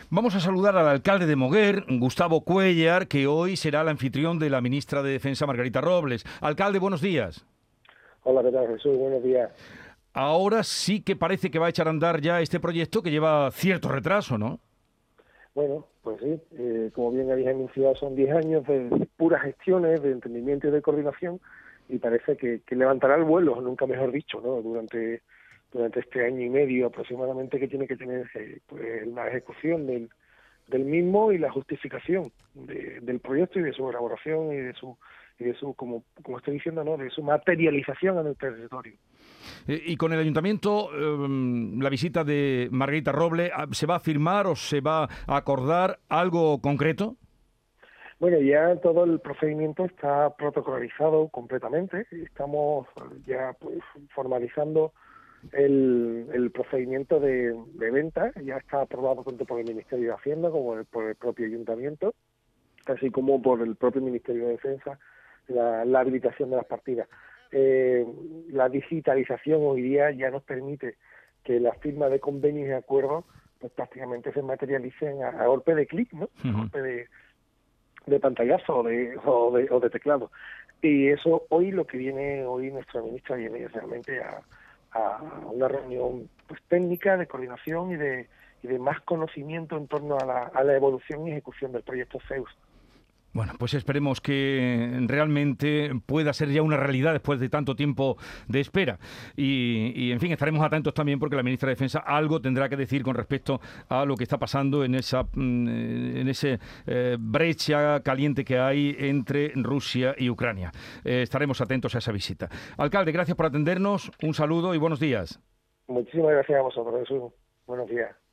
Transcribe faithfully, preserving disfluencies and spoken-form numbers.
Vamos a saludar al alcalde de Moguer, Gustavo Cuéllar, que hoy será el anfitrión de la ministra de Defensa, Margarita Robles. Alcalde, buenos días. Hola, ¿qué tal, Jesús? Buenos días. Ahora sí que parece que va a echar a andar ya este proyecto que lleva cierto retraso, ¿no? Bueno, pues sí, eh, como bien habéis anunciado, son diez años de puras gestiones, de entendimiento y de coordinación, y parece que, que levantará el vuelo, nunca mejor dicho, ¿no? Durante durante este año y medio aproximadamente que tiene que tener eh, pues, la ejecución del, del mismo y la justificación de, del proyecto y de su elaboración y de su y de su como como estoy diciendo, ¿no? De su materialización en el territorio. Eh, y con el ayuntamiento, eh, la visita de Margarita Robles, ¿se va a firmar o se va a acordar algo concreto? Bueno, ya todo el procedimiento está protocolarizado completamente. Estamos ya pues formalizando el, el procedimiento de, de venta. Ya está aprobado tanto por el Ministerio de Hacienda como el, por el propio ayuntamiento, así como por el propio Ministerio de Defensa, la, la habilitación de las partidas. Eh, la digitalización hoy día ya nos permite que la firma de convenios y acuerdos pues prácticamente se materialicen a, a golpe de clic, ¿no? A golpe de de pantallazo o de, o de o de teclado. Y eso hoy lo que viene, hoy nuestra ministra viene realmente a, a una reunión pues técnica de coordinación y de y de más conocimiento en torno a la, a la evolución y ejecución del proyecto Zeus. Bueno, pues esperemos que realmente pueda ser ya una realidad después de tanto tiempo de espera. Y, y, en fin, estaremos atentos también porque la ministra de Defensa algo tendrá que decir con respecto a lo que está pasando en esa en ese eh, brecha caliente que hay entre Rusia y Ucrania. Eh, estaremos atentos a esa visita. Alcalde, gracias por atendernos. Un saludo y buenos días. Muchísimas gracias a vosotros, Jesús. Buenos días.